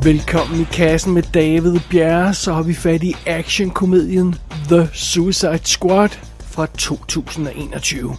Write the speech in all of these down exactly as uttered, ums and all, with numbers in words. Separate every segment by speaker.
Speaker 1: Velkommen i kassen med David Bjerre, så har vi fat i actionkomedien The Suicide Squad fra to tusind og enogtyve.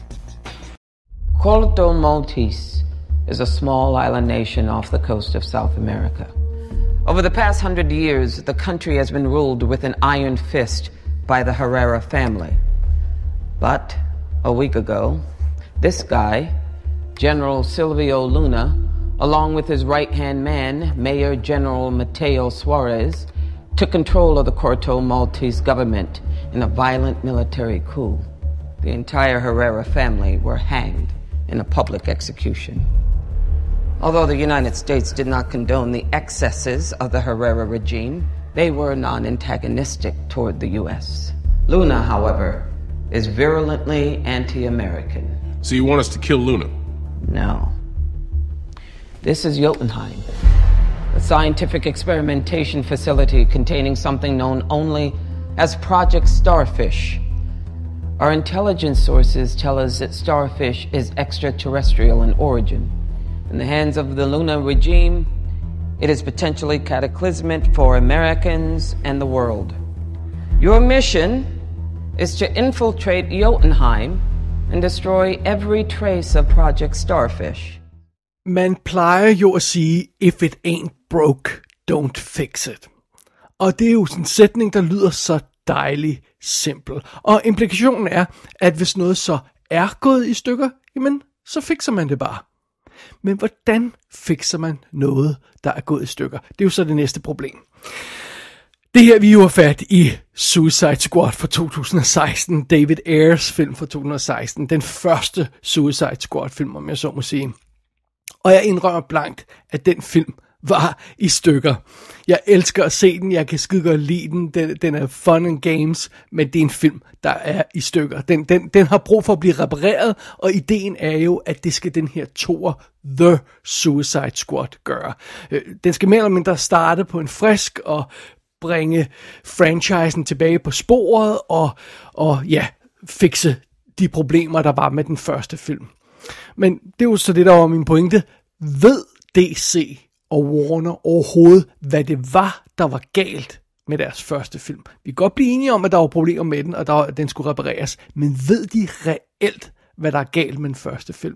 Speaker 2: Corto Maltese is a small island nation off the coast of South America. Over the past hundred years, the country has been ruled with an iron fist by the Herrera family. But a week ago, this guy, General Silvio Luna, along with his right-hand man, Mayor General Mateo Suarez, took control of the Corto Maltese government in a violent military coup. The entire Herrera family were hanged in a public execution. Although the United States did not condone the excesses of the Herrera regime, they were non-antagonistic toward the U S. Luna, however, is virulently anti-American.
Speaker 3: So you want us to kill Luna?
Speaker 2: No. This is Jotunheim, a scientific experimentation facility containing something known only as Project Starfish. Our intelligence sources tell us that Starfish is extraterrestrial in origin. In the hands of the Luna regime, it is potentially cataclysmic for Americans and the world. Your mission is to infiltrate Jotunheim and destroy every trace of Project Starfish.
Speaker 1: Man plejer jo at sige, if it ain't broke, don't fix it. Og det er jo sådan en sætning, der lyder så dejligt simpel. Og implikationen er, at hvis noget så er gået i stykker, jamen, så fikser man det bare. Men hvordan fikser man noget, der er gået i stykker? Det er jo så det næste problem. Det her, vi jo har fat i Suicide Squad fra to tusind og seksten, David Ayers film fra to tusind og seksten, den første Suicide Squad film, om jeg så må sige. Og jeg indrømmer blankt, at den film var i stykker. Jeg elsker at se den, jeg kan skide godt lide den, den, den er fun and games, men det er en film, der er i stykker. Den, den, den har brug for at blive repareret, og ideen er jo, at det skal den her toer, The Suicide Squad, gøre. Den skal mere eller mindre starte på en frisk og bringe franchisen tilbage på sporet, og, og ja, fikse de problemer, der var med den første film. Men det er jo så det, der var min pointe. Ved D C og Warner overhovedet, hvad det var, der var galt med deres første film? Vi kan godt blive enige om, at der var problemer med den, og der, den skulle repareres. Men ved de reelt, hvad der er galt med den første film?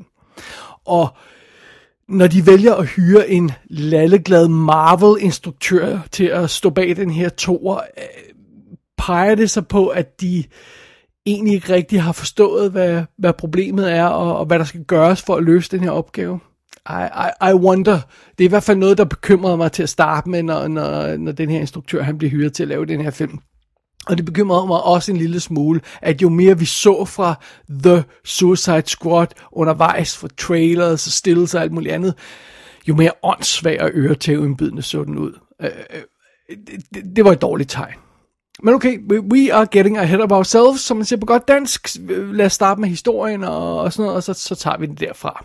Speaker 1: Og når de vælger at hyre en lalleglad Marvel-instruktør til at stå bag den her toer, peger det så på, at de egentlig ikke rigtig har forstået, hvad, hvad problemet er, og, og hvad der skal gøres for at løse den her opgave. I, I, I wonder. Det er i hvert fald noget, der bekymrede mig til at starte med, når, når, når den her instruktør han blev hyret til at lave den her film. Og det bekymrede mig også en lille smule, at jo mere vi så fra The Suicide Squad undervejs, fra trailers og stills og alt muligt andet, jo mere åndssvag og øretævindbydende så den ud. Uh, det, det var et dårligt tegn. Men okay, we are getting ahead of ourselves, som man siger på godt dansk. Lad os starte med historien og, og sådan noget, og så, så tager vi den derfra.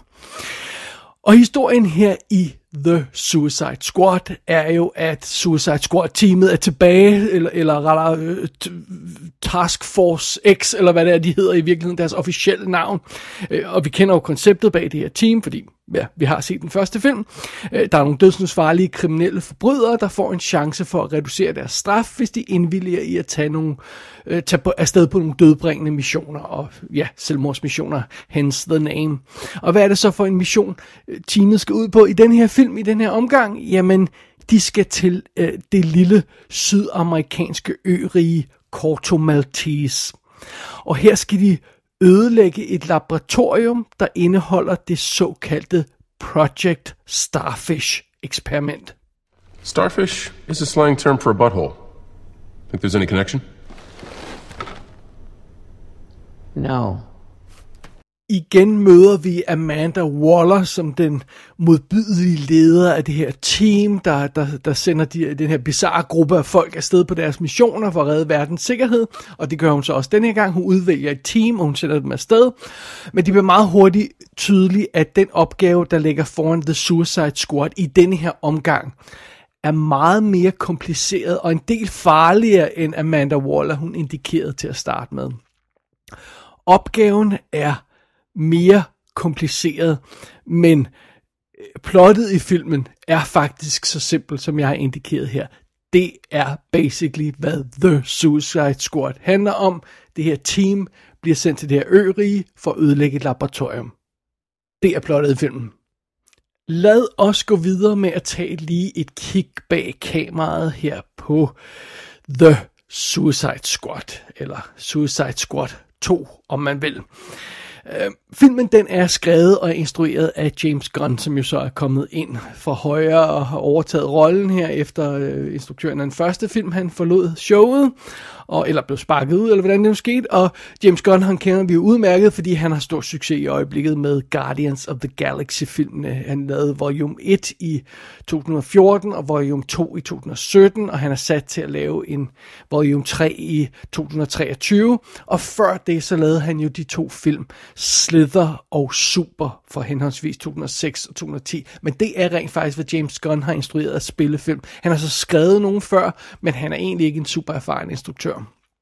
Speaker 1: Og historien her i The Suicide Squad er jo, at Suicide Squad-teamet er tilbage, eller, eller rettere uh, Task Force X, eller hvad det er, de hedder i virkeligheden, deres officielle navn. Uh, og vi kender jo konceptet bag det her team, fordi ja, vi har set den første film. Uh, der er nogle dødsensfarlige kriminelle forbrydere, der får en chance for at reducere deres straf, hvis de indvilliger i at tage, nogle, uh, tage på, afsted på nogle dødbringende missioner, og ja, selvmordsmissioner, hence the name. Og hvad er det så for en mission, uh, teamet skal ud på i den her film, i den her omgang? Jamen, de skal til uh, det lille sydamerikanske ørige Corto Maltese. Og her skal de ødelægge et laboratorium, der indeholder det såkaldte Project Starfish eksperiment.
Speaker 3: Starfish is a slang term for a butthole. Think there's any connection?
Speaker 2: No.
Speaker 1: Igen møder vi Amanda Waller som den modbydelige leder af det her team, der, der, der sender de, den her bizarre gruppe af folk afsted på deres missioner for at redde verdens sikkerhed. Og det gør hun så også denne gang. Hun udvælger et team, og hun sender dem afsted. Men det bliver meget hurtigt tydeligt, at den opgave, der ligger foran The Suicide Squad i denne her omgang, er meget mere kompliceret og en del farligere end Amanda Waller, hun indikerede til at starte med. Opgaven er mere kompliceret, men plottet i filmen er faktisk så simpelt, som jeg har indikeret her. Det er basically, hvad The Suicide Squad handler om. Det her team bliver sendt til det her ørige for at ødelægge et laboratorium. Det er plottet i filmen. Lad os gå videre med at tage lige et kig bag kameraet her på The Suicide Squad, eller Suicide Squad to, om man vil. Uh, filmen den er skrevet og instrueret af James Gunn, som jo så er kommet ind for højre og har overtaget rollen her efter uh, instruktøren af den første film, han forlod showet, og, eller blev sparket ud, eller hvordan det nu skete. Og James Gunn, han kender vi jo udmærket, fordi han har stor succes i øjeblikket med Guardians of the Galaxy-filmene. Han lavede Volume et i to tusind og fjorten og Volume to i to tusind og sytten, og han er sat til at lave en Volume tre i to tusind og treogtyve. Og før det, så lavede han jo de to film, Slither og Super, for henholdsvis to tusind og seks og to tusind og ti. Men det er rent faktisk, hvad James Gunn har instrueret af spillefilm. Han har så skrevet nogen før, men han er egentlig ikke en super erfaren instruktør.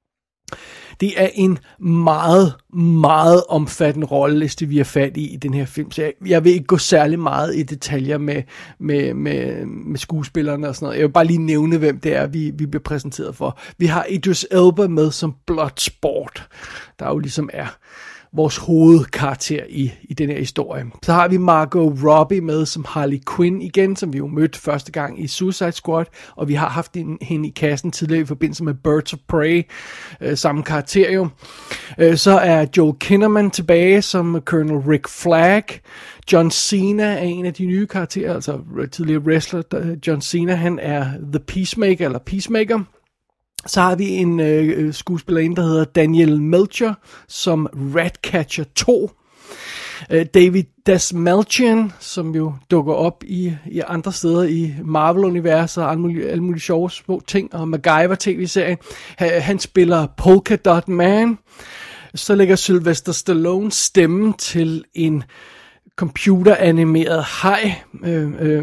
Speaker 1: Det er en meget, meget omfattende rolleliste, vi har fat i i den her film. Så jeg, jeg vil ikke gå særlig meget i detaljer med, med, med, med skuespillerne og sådan noget. Jeg vil bare lige nævne, hvem det er, vi, vi bliver præsenteret for. Vi har Idris Elba med som Bloodsport, der jo ligesom er vores hovedkarakter i, i den her historie. Så har vi Margot Robbie med som Harley Quinn igen, som vi jo mødte første gang i Suicide Squad, og vi har haft en, hende i kassen tidligere i forbindelse med Birds of Prey, øh, samme karakter jo. Øh, så er Joel Kinnaman tilbage som Colonel Rick Flag. John Cena er en af de nye karakterer, altså tidligere wrestler. John Cena, han er The Peacemaker, eller Peacemaker. Så har vi en øh, skuespillerinde, der hedder Danielle Melcher, som Ratcatcher to. Øh, David Dastmalchian, som jo dukker op i, i andre steder i Marvel-universet og alle mulige, alle mulige sjove små ting, og MacGyver-tv-serien. Han spiller Polka Dot Man. Så lægger Sylvester Stallone stemme til en computeranimeret hej, øh, øh,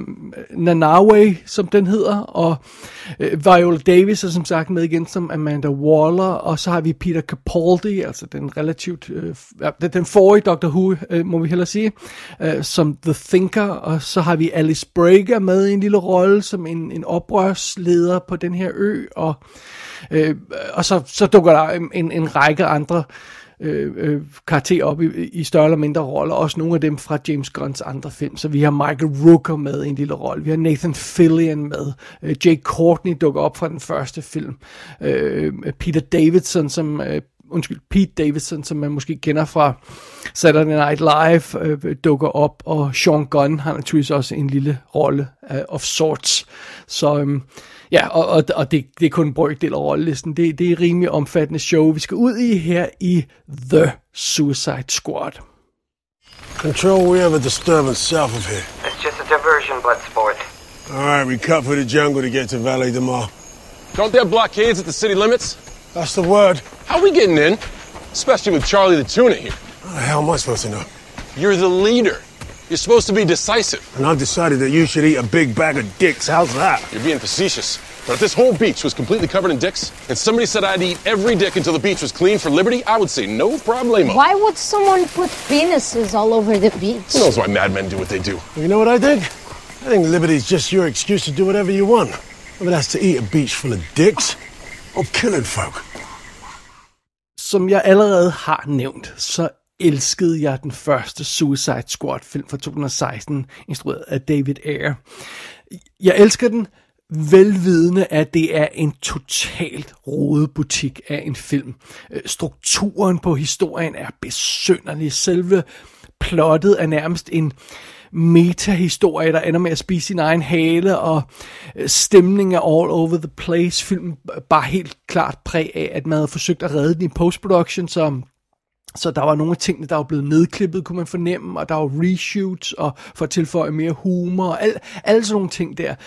Speaker 1: Nanawe, som den hedder, og øh, Viola Davis er som sagt med igen som Amanda Waller, og så har vi Peter Capaldi, altså den relativt, øh, den forrige Doctor Who, øh, må vi hellere sige, øh, som The Thinker, og så har vi Alice Braga med i en lille rolle som en, en oprørsleder på den her ø, og, øh, og så, så dukker der en, en række andre Øh, øh, karakterer op i, i større eller mindre roller, også nogle af dem fra James Gunns andre film. Så vi har Michael Rooker med i en lille rolle, vi har Nathan Fillion med, øh, Jake Courtney dukker op fra den første film, øh, Peter Davidson som øh, undskyld, Pete Davidson, som man måske kender fra Saturday Night Live, øh, dukker op, og Sean Gunn har naturligvis også en lille rolle øh, of sorts. Så øh, ja, og, og, og det, det er kun en brøkdel af rollelisten. Det, det er et rimelig omfattende show, vi skal ud i her i The Suicide Squad.
Speaker 4: Control, we have a disturbance south of here.
Speaker 5: It's just a diversion, Bloodsport.
Speaker 4: All right, we cut for the jungle to get to Valley de Mar.
Speaker 3: Don't they have blockades at the city limits?
Speaker 4: That's the word.
Speaker 3: How are we getting in? Especially with Charlie the Tuna here.
Speaker 4: How the hell am I supposed to know?
Speaker 3: You're the leader. You're supposed to be decisive.
Speaker 4: And I've decided that you should eat a big bag of dicks. How's that?
Speaker 3: You're being facetious. But if this whole beach was completely covered in dicks, and somebody said I'd eat every dick until the beach was clean for liberty, I would say no problemo.
Speaker 6: Why would someone put penises all over the beach?
Speaker 3: Who knows why madmen do what they do?
Speaker 4: Well, you know what I think? I think liberty's just your excuse to do whatever you want. Whether that's to eat a beach full of dicks or killing folk.
Speaker 1: Som jeg allerede har nævnt, så elskede jeg den første Suicide Squad film fra to tusind og seksten, instrueret af David Ayer. Jeg elsker den, velvidende, at det er en totalt rodet butik af en film. Strukturen på historien er besynderlig. Selve plottet er nærmest en meta-historie, der ender med at spise sin egen hale, og stemningen er all over the place. Filmen bare helt klart præg af, at man havde forsøgt at redde den i post-production, så Så der var nogle af tingene, der var blevet nedklippet, kunne man fornemme, og der var reshoots, og for at tilføje mere humor, og al, alle sådan nogle ting der.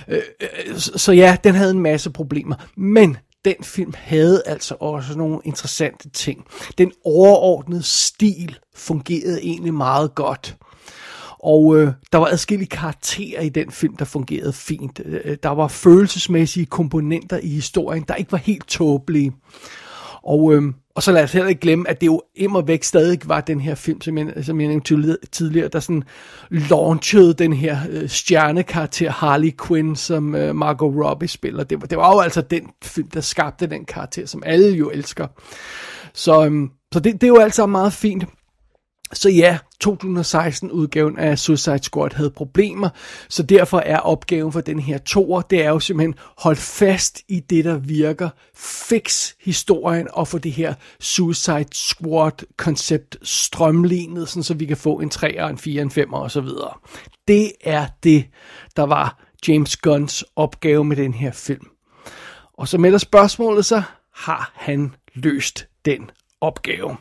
Speaker 1: Så ja, den havde en masse problemer. Men den film havde altså også nogle interessante ting. Den overordnede stil fungerede egentlig meget godt. Og øh, der var adskillige karakterer i den film, der fungerede fint. Der var følelsesmæssige komponenter i historien, der ikke var helt tåbelige. Og, øhm, og så lad os heller ikke glemme, at det jo immer væk stadig var den her film, som jeg, som jeg nævnte tidligere, der sådan launchede den her øh, stjernekarakter Harley Quinn, som øh, Margot Robbie spiller. Det var, det var jo altså den film, der skabte den karakter, som alle jo elsker. Så, øhm, så det, det er jo altså meget fint. Så ja, to tusind og seksten udgaven af Suicide Squad havde problemer, så derfor er opgaven for den her toer, det er jo simpelthen hold fast i det, der virker, fix historien og få det her Suicide Squad-koncept strømlignet, sådan så vi kan få en treer, en fire, en femmer og så videre. Det er det, der var James Gunns opgave med den her film. Og så melder spørgsmålet så, har han løst den opgave?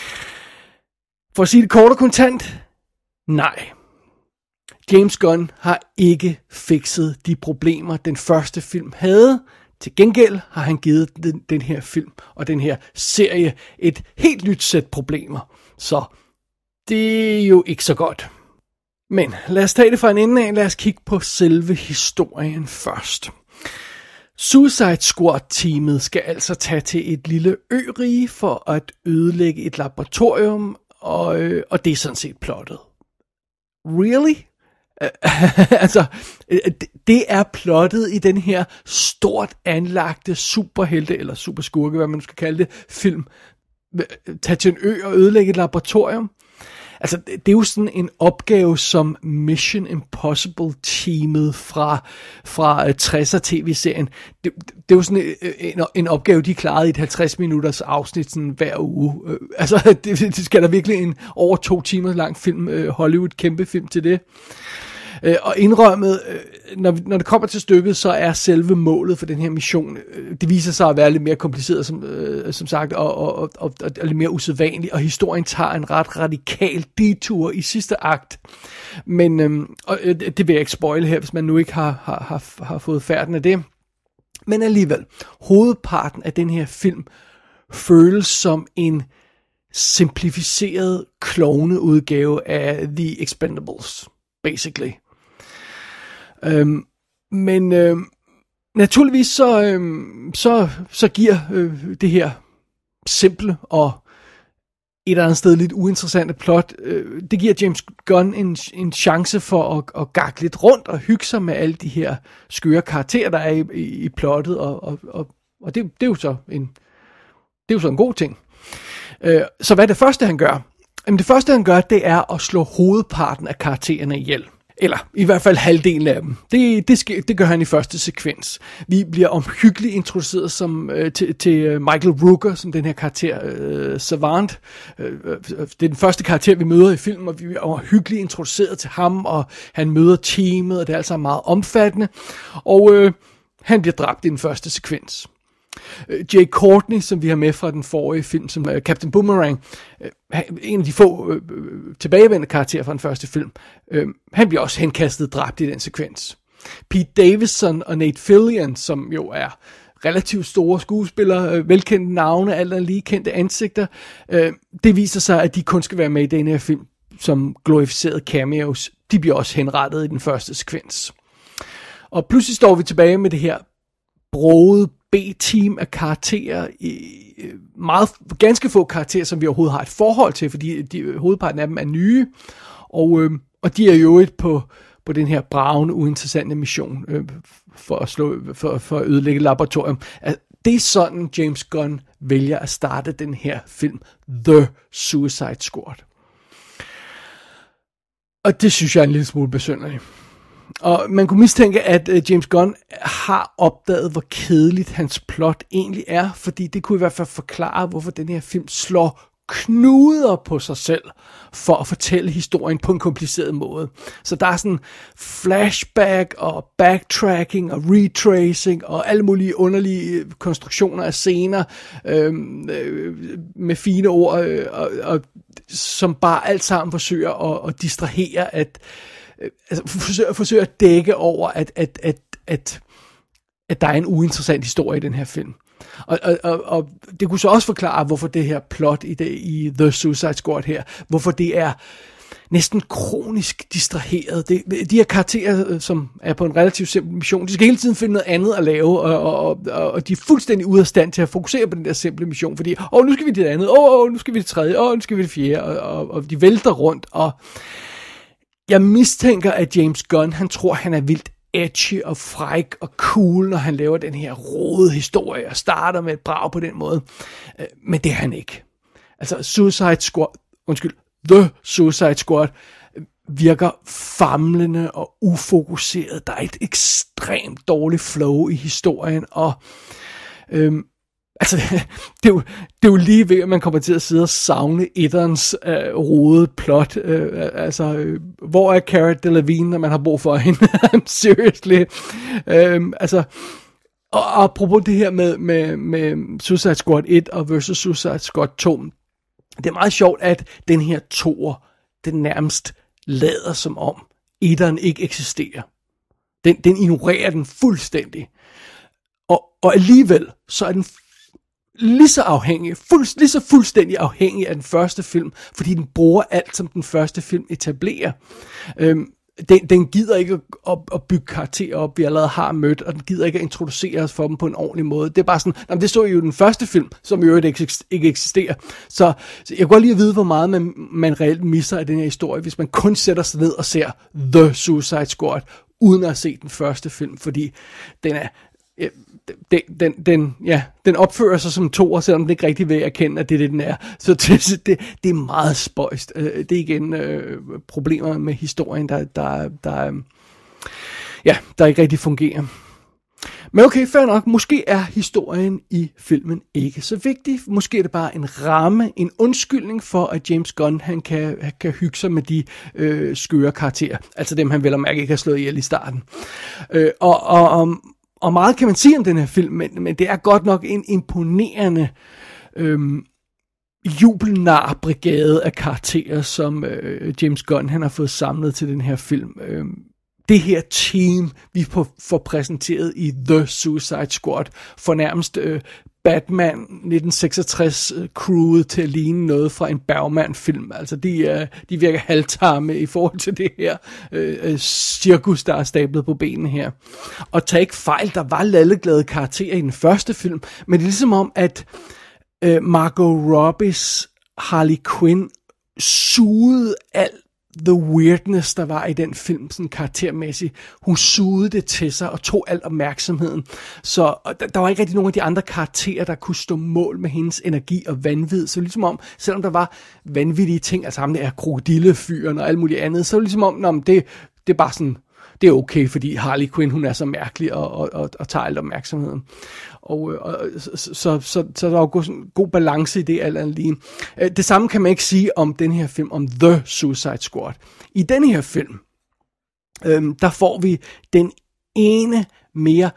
Speaker 1: For at sige det kort og kontant, nej. James Gunn har ikke fikset de problemer, den første film havde. Til gengæld har han givet den, den her film og den her serie et helt nyt sæt problemer. Så det er jo ikke så godt. Men lad os tage det fra en ende af. Lad os kigge på selve historien først. Suicide Squad-teamet skal altså tage til et lille ørige for at ødelægge et laboratorium, og, øh, og det er sådan set plottet. Really? altså, det, det er plottet i den her stort anlagte superhelte, eller superskurke, hvad man skal kalde det, film. Tag til en ø og ødelægge et laboratorium. Altså, det er jo sådan en opgave, som Mission Impossible-teamet fra, fra tresser tv-serien, det, det er jo sådan en, en opgave, de klarede i et halvtreds minutters afsnit sådan hver uge. Altså, det, det skal der virkelig en over to timer lang film, Hollywood kæmpe film til det. Og indrømmet, når, når det kommer til stykket, så er selve målet for den her mission, det viser sig at være lidt mere kompliceret, som, som sagt, og, og, og, og, og lidt mere usædvanligt, og historien tager en ret radikal detur i sidste akt. Men øhm, og det vil jeg ikke spoile her, hvis man nu ikke har, har, har, har fået færden af det. Men alligevel, hovedparten af den her film føles som en simplificeret klovneudgave af The Expendables, basically. Øhm, men øhm, naturligvis så, øhm, så, så giver øh, det her simple og et eller andet sted lidt uinteressante plot, øh, det giver James Gunn en, en chance for at, at gakke lidt rundt og hygge sig med alle de her skøre karakterer, der er i, i, i plottet, og, og, og, og det, det, er jo så en, det er jo så en god ting. Øh, så hvad er det første, han gør? Jamen det første, han gør, det er at slå hovedparten af karaktererne ihjel. Eller i hvert fald halvdelen af dem. Det, det, skal, det gør han i første sekvens. Vi bliver omhyggeligt introduceret som, øh, til, til Michael Rooker, som den her karakter, øh, Savant. Øh, det er den første karakter, vi møder i filmen, og vi er omhyggeligt introduceret til ham, og han møder teamet, og det er altså meget omfattende. Og øh, han bliver dræbt i den første sekvens. Jay Courtney, som vi har med fra den forrige film, som uh, Captain Boomerang, uh, en af de få uh, tilbagevendende karakterer fra den første film, uh, han bliver også henkastet dræbt i den sekvens. Pete Davidson og Nate Fillion, som jo er relativt store skuespillere, uh, velkendte navne, alt er lige kendte ansigter, uh, det viser sig, at de kun skal være med i den her film som glorificerede cameos. De bliver også henrettet i den første sekvens. Og pludselig står vi tilbage med det her brogede B-team af karakterer, meget, ganske få karakterer, som vi overhovedet har et forhold til, fordi de, hovedparten af dem er nye, og, øh, og de er jo et på, på den her bravende, uinteressante mission øh, for, at slå, for, for at ødelægge laboratorium. Det er sådan, James Gunn vælger at starte den her film, The Suicide Squad. Og det synes jeg er en lille smule besynderligt. Og man kunne mistænke, at uh, James Gunn har opdaget, hvor kedeligt hans plot egentlig er, fordi det kunne i hvert fald forklare, hvorfor den her film slår knuder på sig selv for at fortælle historien på en kompliceret måde. Så der er sådan flashback og backtracking og retracing og alle mulige underlige konstruktioner af scener øh, øh, med fine ord, øh, og, og, som bare alt sammen forsøger at, at distrahere, at altså forsøger, forsøger at dække over, at, at, at, at, at der er en uinteressant historie i den her film. Og, og, og, og det kunne så også forklare, hvorfor det her plot i, det, i The Suicide Squad her, hvorfor det er næsten kronisk distraheret. Det, de her karakterer, som er på en relativt simpel mission, de skal hele tiden finde noget andet at lave, og, og, og, og de er fuldstændig ude af stand til at fokusere på den der simple mission, fordi, åh, nu skal vi det andet, åh, åh, nu skal vi det tredje, åh, nu skal vi det fjerde, og, og, og de vælter rundt, og jeg mistænker, at James Gunn, han tror, han er vildt edgy og fræk og cool, når han laver den her rodede historie, og starter med et brag på den måde, men det er han ikke. Altså, Suicide Squad, undskyld, The Suicide Squad virker famlende og ufokuseret. Der er et ekstremt dårligt flow i historien, og øhm, altså, det er, jo, det er jo lige ved, at man kommer til at sidde og savne etterens øh, rodede plot. Øh, altså, øh, hvor er Cara Delevingne, når man har brug for hende? Seriously. Øhm, altså, og apropos det her med, med, med Suicide Squad et og versus Suicide Squad to, det er meget sjovt, at den her toer, den nærmest lader som om etteren ikke eksisterer. Den, den ignorerer den fuldstændig. Og, og alligevel, så er den lige så afhængig, fuld, lige så fuldstændig afhængig af den første film, fordi den bruger alt, som den første film etablerer. Øhm, den, den gider ikke at, at, at bygge karakterer op, vi allerede har mødt, og den gider ikke at introducere os for dem på en ordentlig måde. Det er bare sådan, jamen, det så jo den første film, som i øvrigt ikke, ikke eksisterer. Så, så jeg kan godt lige at vide, hvor meget man, man reelt misser af den her historie, hvis man kun sætter sig ned og ser The Suicide Squad, uden at se den første film, fordi den er... Den, den, den, ja, den opfører sig som toer, selvom den ikke rigtig vil erkende, at det er det, den er. Så det, det, det er meget spøjst. Det er igen øh, problemer med historien, der, der, der, ja, der ikke rigtig fungerer. Men okay, fair nok. Måske er historien i filmen ikke så vigtig. Måske er det bare en ramme, en undskyldning for, at James Gunn han kan, kan hygge sig med de øh, skøre karakterer. Altså dem, han vel og mærke ikke har slået ihjel i starten. Øh, og og om Og meget kan man sige om den her film, men, men det er godt nok en imponerende øhm, jubelnar-brigade af karakterer, som øh, James Gunn han har fået samlet til den her film. Øhm, det her team, vi får præsenteret i The Suicide Squad, får nærmest øh, Batman nitten seksogtres crewet til at ligne noget fra en Bergman-film. Altså, de, øh, de virker halvtarme i forhold til det her øh, cirkus, der er stablet på benene her. Og tag ikke fejl, der var lalleglade karakterer i den første film, men det er ligesom om, at øh, Margot Robbies Harley Quinn sugede alt the weirdness, der var i den film, sådan karaktermæssigt. Hun sugede det til sig og tog al opmærksomheden. Så der, der var ikke rigtig nogen af de andre karakterer, der kunne stå mål med hendes energi og vanvid. Så ligesom om, selvom der var vanvittige ting, altså ham der krokodillefyren og alt muligt andet, så ligesom om, nå, det, det er bare sådan, det er okay, fordi Harley Quinn, hun er så mærkelig og, og, og, og tager alt opmærksomheden. Og, og så, så, så, så der er jo god, god balance i det alt andet lige. Det samme kan man ikke sige om den her film, om The Suicide Squad. I den her film, øhm, der får vi den ene mere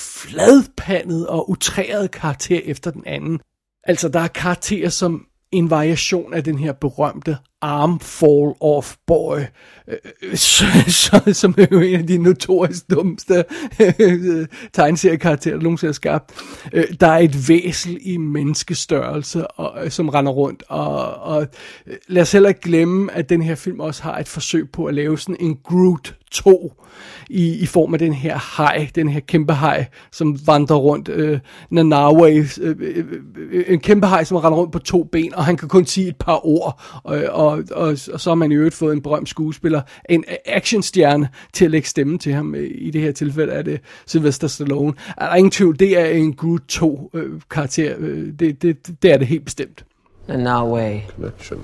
Speaker 1: fladpandede og utrærede karakter efter den anden. Altså, der er karakterer som en variation af den her berømte Arm Fall Off Boy, øh, så, så, som er jo en af de notorisk dummeste øh, tegneseriekarakterer, der nogensinde er skabt. Øh, der er et væsel i menneskestørrelse, og, øh, som render rundt, og, og øh, lad os heller ikke glemme, at den her film også har et forsøg på at lave sådan en Groot to, i, i form af den her haj, den her kæmpe haj, som vandrer rundt, øh, Nanawe, øh, øh, øh, en kæmpe haj, som render rundt på to ben, og han kan kun sige et par ord, og, og, og, og så har man i øvrigt fået en berømt skuespiller, en actionstjerne, til at lægge stemme til ham. I det her tilfælde er det Sylvester Stallone. Er der ingen tvivl, det er en Groot to øh, karakter, øh, det, det, det er det helt bestemt.
Speaker 2: Nanawe.
Speaker 3: Connection.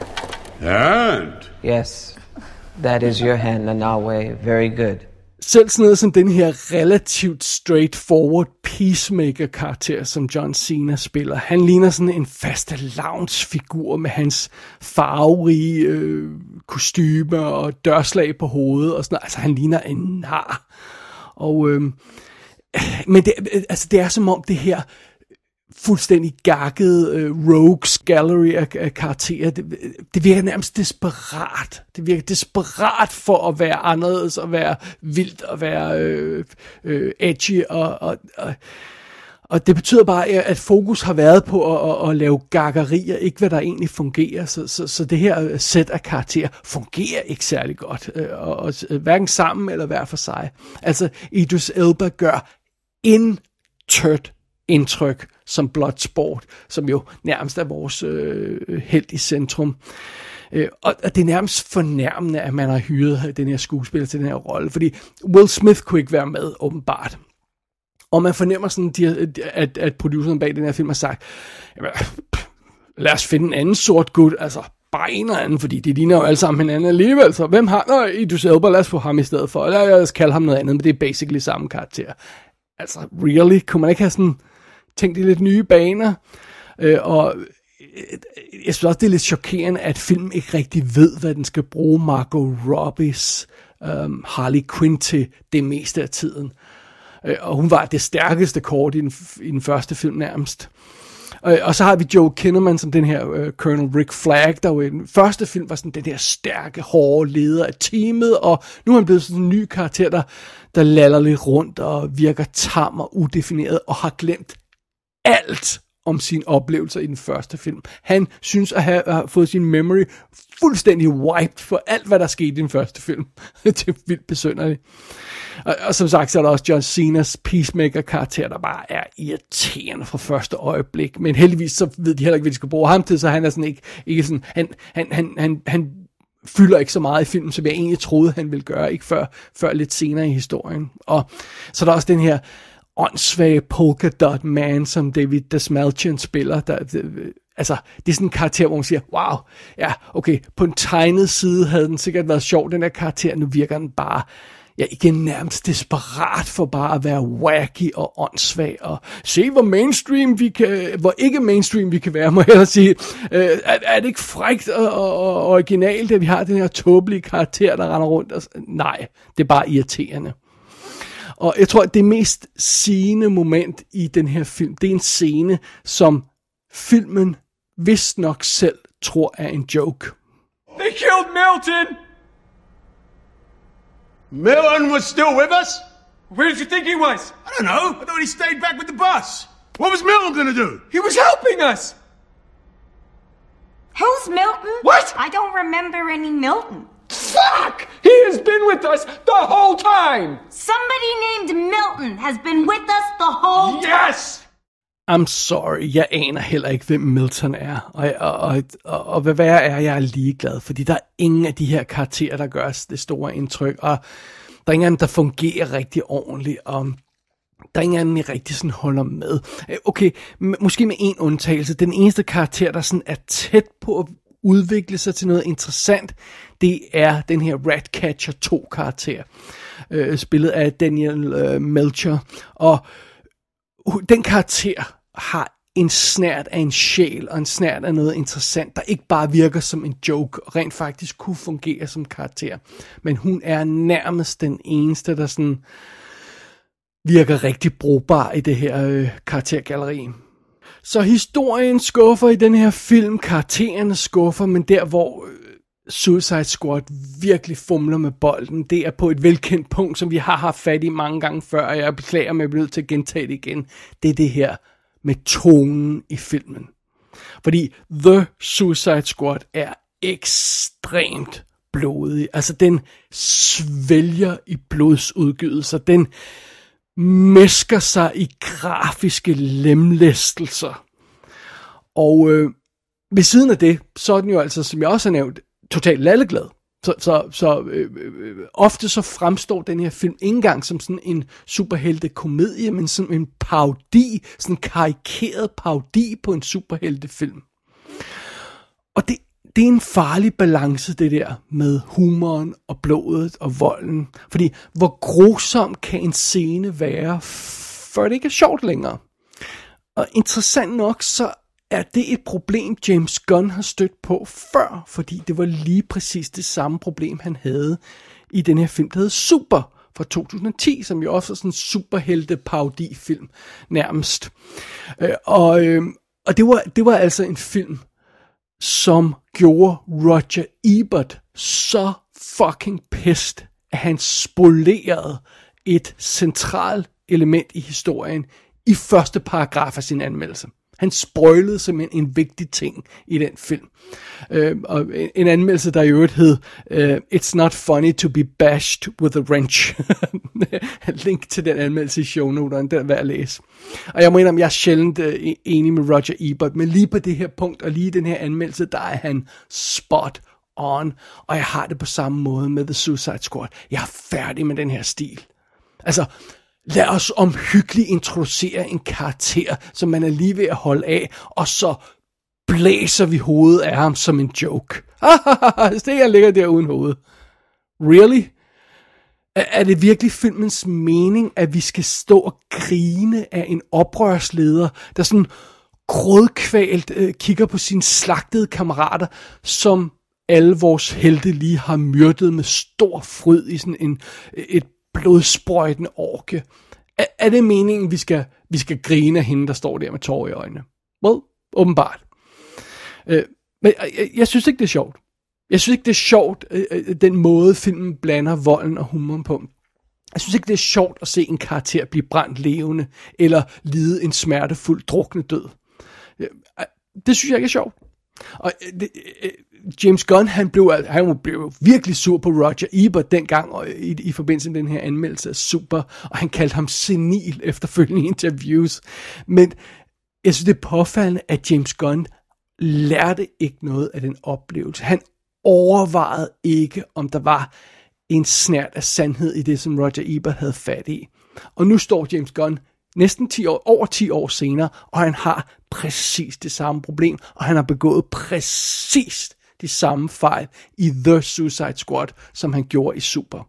Speaker 7: And?
Speaker 2: Yes. That is your hand, Nanawe. Very good.
Speaker 1: Selv sådan noget som den her relativt straightforward peacemaker-karakter, som John Cena spiller. Han ligner sådan en fastelavnsfigur med hans farverige øh, kostymer og dørslag på hovedet og sådan noget. Altså, han ligner en nar. Og, øh, men det, altså, det er som om det her fuldstændig gakkede uh, rogues gallery af, af karakterer, det, det virker nærmest desperat. Det virker desperat for at være anderledes, og være vildt, og være øh, øh, edgy, og, og, og, Og det betyder bare, at fokus har været på at, at, at lave gakkerier, ikke hvad der egentlig fungerer. Så, så, så det her sæt af karakterer fungerer ikke særlig godt, og, og, hverken sammen eller hver for sig. Altså, Idris Elba gør intet indtryk som Bloodsport, som jo nærmest er vores øh, held i centrum. Øh, og, og det er nærmest fornærmende, at man har hyret den her skuespiller til den her rolle, fordi Will Smith kunne ikke være med, åbenbart. Og man fornemmer sådan, at, at produceren bag den her film har sagt, lad os finde en anden sort gut, altså bare en eller anden, fordi de ligner jo alle sammen hinanden alligevel, så hvem har, nå, Idris Elba, lad os få ham i stedet for, eller lad os kalde ham noget andet, men det er basically samme karakter. Altså, really? Kunne man ikke have sådan tænkt i lidt nye baner? Øh, og jeg synes også, det er lidt chokerende, at filmen ikke rigtig ved, hvad den skal bruge Margot Robbies um, Harley Quinn til det meste af tiden. Og hun var det stærkeste kort i den, i den første film nærmest. Og, og så har vi Joe Kinnaman som den her uh, Colonel Rick Flag, der jo i den første film var sådan den der stærke, hårde leder af teamet, og nu er han blevet sådan en ny karakter, der, der laller lidt rundt og virker tam og udefineret, og har glemt alt om sine oplevelser i den første film. Han synes at have, have fået sin memory fuldstændig wiped for alt, hvad der skete i den første film. Det er vildt besynderligt. Og, og som sagt, så er der også John Cena's Peacemaker-karakter, der bare er irriterende fra første øjeblik. Men heldigvis, så ved de heller ikke, hvad de skal bruge ham til, så han er sådan ikke, ikke sådan, han, han, han, han, han fylder ikke så meget i filmen, som jeg egentlig troede, han ville gøre, ikke før, før lidt senere i historien. Og så er der også den her åndssvage polka dot man, som David Dastmalchian spiller, der, det, altså, det er sådan en karakter, hvor man siger, wow, ja, okay, på en tegnet side havde den sikkert været sjov, den her karakter, nu virker den bare, ja, igen nærmest desperat for bare at være wacky og åndssvag, og se, hvor mainstream vi kan, hvor ikke mainstream vi kan være, må jeg sige. Øh, er, er det ikke frækt og, og, og originalt, at vi har den her tåbelige karakter, der render rundt? Og, nej, det er bare irriterende. Og jeg tror, at det mest sigende moment i den her film, det er en scene, som filmen vist nok selv tror er en joke.
Speaker 8: They killed Milton!
Speaker 4: Milton was still with us?
Speaker 8: Where did you think he was?
Speaker 4: I don't know. I thought he stayed back with the bus. What was Milton gonna do?
Speaker 8: He was helping us!
Speaker 9: Who's Milton?
Speaker 8: What?
Speaker 9: I don't remember any Milton.
Speaker 8: Fuck! He has been with us the whole time!
Speaker 9: Somebody named Milton has been with us the whole time.
Speaker 8: Yes!
Speaker 1: I'm sorry, jeg aner heller ikke, hvem Milton er. Og, og, og, og, og hvad værre er, jeg er ligeglad, fordi der er ingen af de her karakterer, der gør det store indtryk, og der er ingen af dem, der fungerer rigtig ordentligt, og der er ingen af dem, der rigtig sådan holder med. Okay, måske med en undtagelse. Den eneste karakter, der sådan er tæt på at udvikle sig til noget interessant, det er den her Ratcatcher to karakter, øh, spillet af Daniel øh, Melcher, og den karakter har en snert af en sjæl, og en snert af noget interessant, der ikke bare virker som en joke, og rent faktisk kunne fungere som karakter. Men hun er nærmest den eneste, der sådan virker rigtig brugbar i det her øh, karaktergalleri. Så historien skuffer i den her film, karaktererne skuffer, men der hvor øh, Suicide Squad virkelig fumler med bolden, det er på et velkendt punkt, som vi har haft fat i mange gange før, og jeg beklager mig, at jeg bliver nødt til at gentage det igen. Det er det her med tonen i filmen. Fordi The Suicide Squad er ekstremt blodig. Altså den svælger i blodsudgydelser. Den mæsker sig i grafiske lemlæstelser. Og øh, ved siden af det, så er den jo altså, som jeg også har nævnt, totalt lalleglad. Så, så, så øh, øh, ofte så fremstår den her film ikke engang som sådan en superheltekomedie, men som en parodi, sådan en karikeret parodi på en superheltefilm. Og det, det er en farlig balance, det der med humoren og blodet og volden. Fordi hvor grusom kan en scene være, før det ikke er sjovt længere. Og interessant nok, så er det et problem, James Gunn har stødt på før, fordi det var lige præcis det samme problem, han havde i den her film, der hed Super fra to tusind og ti, som jo også er sådan en superhelte-parodifilm nærmest. Og, og det, var, det var altså en film, som gjorde Roger Ebert så fucking pissed, at han spolerede et centralt element i historien i første paragraf af sin anmeldelse. Han spoilede simpelthen en vigtig ting i den film. Øh, og en anmeldelse, der i øvrigt hed, uh, It's not funny to be bashed with a wrench. Link til den anmeldelse i shownoterne, den er værd at læse. Og jeg må indrømme, jeg er sjældent uh, enig med Roger Ebert, men lige på det her punkt, og lige den her anmeldelse, der er han spot on. Og jeg har det på samme måde med The Suicide Squad. Jeg er færdig med den her stil. Altså, lad os omhyggeligt introducere en karakter, som man er lige ved at holde af, og så blæser vi hovedet af ham som en joke. Det her ligger der uden hoved. Really? Er det virkelig filmens mening, at vi skal stå og grine af en oprørsleder, der sådan grådkvalt øh, kigger på sine slagtede kammerater, som alle vores helte lige har myrdet med stor fryd i sådan en, et blodsprøjtende orke. Er, er det meningen, vi skal, vi skal grine af hende, der står der med tårer i øjnene? Well, åbenbart. Øh, men jeg, jeg synes ikke, det er sjovt. Jeg synes ikke, det er sjovt, øh, den måde filmen blander volden og humoren på. Jeg synes ikke, det er sjovt at se en karakter blive brændt levende, eller lide en smertefuld drukne død. Øh, det synes jeg ikke er sjovt. Og det, øh, James Gunn, han blev, han blev virkelig sur på Roger Ebert dengang og i, i forbindelse med den her anmeldelse af Super, og han kaldte ham senil efterfølgende interviews. Men jeg synes, det er påfaldende, at James Gunn lærte ikke noget af den oplevelse. Han overvejede ikke, om der var en snert af sandhed i det, som Roger Ebert havde fat i. Og nu står James Gunn næsten ti år, over ti år senere, og han har præcis det samme problem, og han har begået præcis de samme fejl i The Suicide Squad, som han gjorde i Super.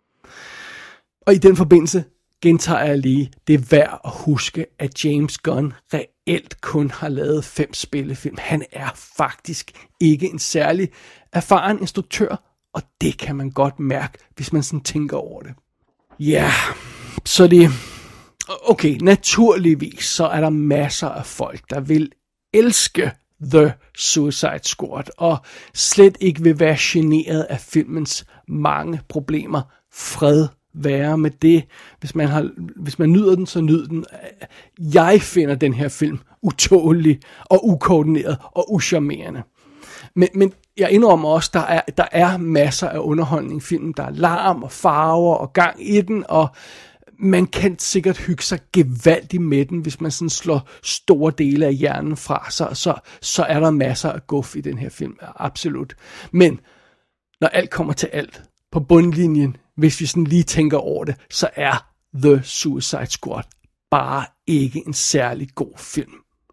Speaker 1: Og i den forbindelse gentager jeg lige, det er værd at huske, at James Gunn reelt kun har lavet fem spillefilm. Han er faktisk ikke en særlig erfaren instruktør, og det kan man godt mærke, hvis man sådan tænker over det. Ja, yeah, så det... Okay, naturligvis så er der masser af folk, der vil elske The Suicide Squad, og slet ikke vil være generet af filmens mange problemer. Fred være med det. Hvis man, har, hvis man nyder den, så nyd den. Jeg finder den her film utålelig og ukoordineret og uscharmerende. Men, men jeg indrømmer også, der er, der er masser af underholdning i filmen. Der er larm og farver og gang i den, og man kan sikkert hygge sig gevaldigt med den, hvis man sådan slår store dele af hjernen fra sig, så, så er der masser af guf i den her film, absolut. Men når alt kommer til alt, på bundlinjen, hvis vi sådan lige tænker over det, så er The Suicide Squad bare ikke en særlig god film.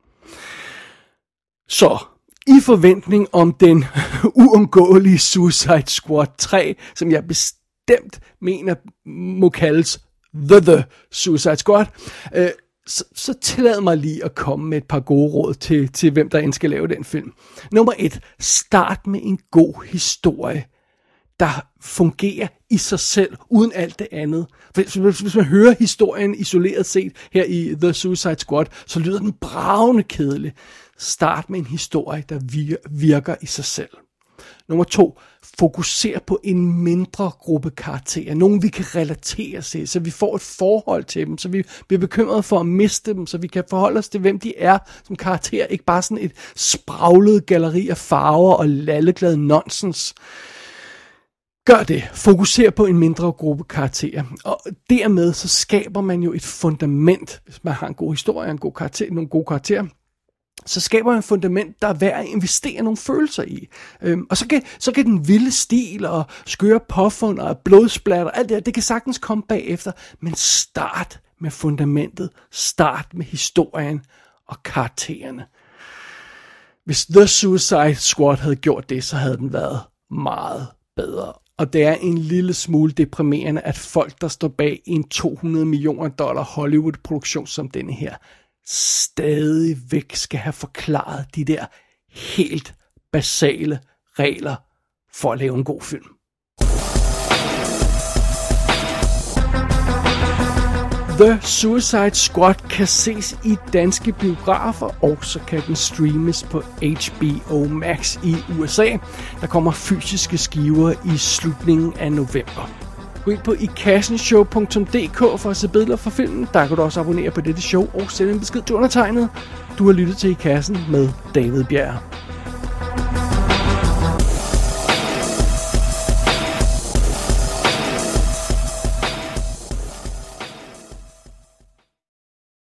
Speaker 1: Så, i forventning om den uundgåelige Suicide Squad tre, som jeg bestemt mener må kaldes The The Suicide Squad, øh, så, så tillad mig lige at komme med et par gode råd til, til hvem der end skal lave den film. Nummer et, start med en god historie, der fungerer i sig selv, uden alt det andet. Hvis, hvis man hører historien isoleret set her i The Suicide Squad, så lyder den bravende kedelig. Start med en historie, der virker i sig selv. Nummer to, fokuser på en mindre gruppe karakterer. Nogen vi kan relatere til, så vi får et forhold til dem, så vi bliver bekymret for at miste dem, så vi kan forholde os til, hvem de er som karakterer. Ikke bare sådan et spraglet galleri af farver og lalleglad nonsens. Gør det. Fokuser på en mindre gruppe karakterer. Og dermed så skaber man jo et fundament, hvis man har en god historie, en god karakter, nogle gode karakterer. Så skaber man et fundament, der er værd at investere nogle følelser i. Øhm, og så kan, så kan den vilde stil og skøre påfund og blodsplatter, alt det her, det kan sagtens komme bagefter. Men start med fundamentet. Start med historien og karaktererne. Hvis The Suicide Squad havde gjort det, så havde den været meget bedre. Og det er en lille smule deprimerende, at folk, der står bag en to hundrede millioner dollar Hollywood-produktion som denne her, stadigvæk skal have forklaret de der helt basale regler for at lave en god film. The Suicide Squad kan ses i danske biografer, og så kan den streames på H B O Max i U S A. Der kommer fysiske skiver i slutningen af november. Gå ind på ikassenshow punktum d k for at se billeder fra filmen. Der kan du også abonnere på dette show og sende en besked til undertegnet. Du har lyttet til I Kassen med David Bjerg.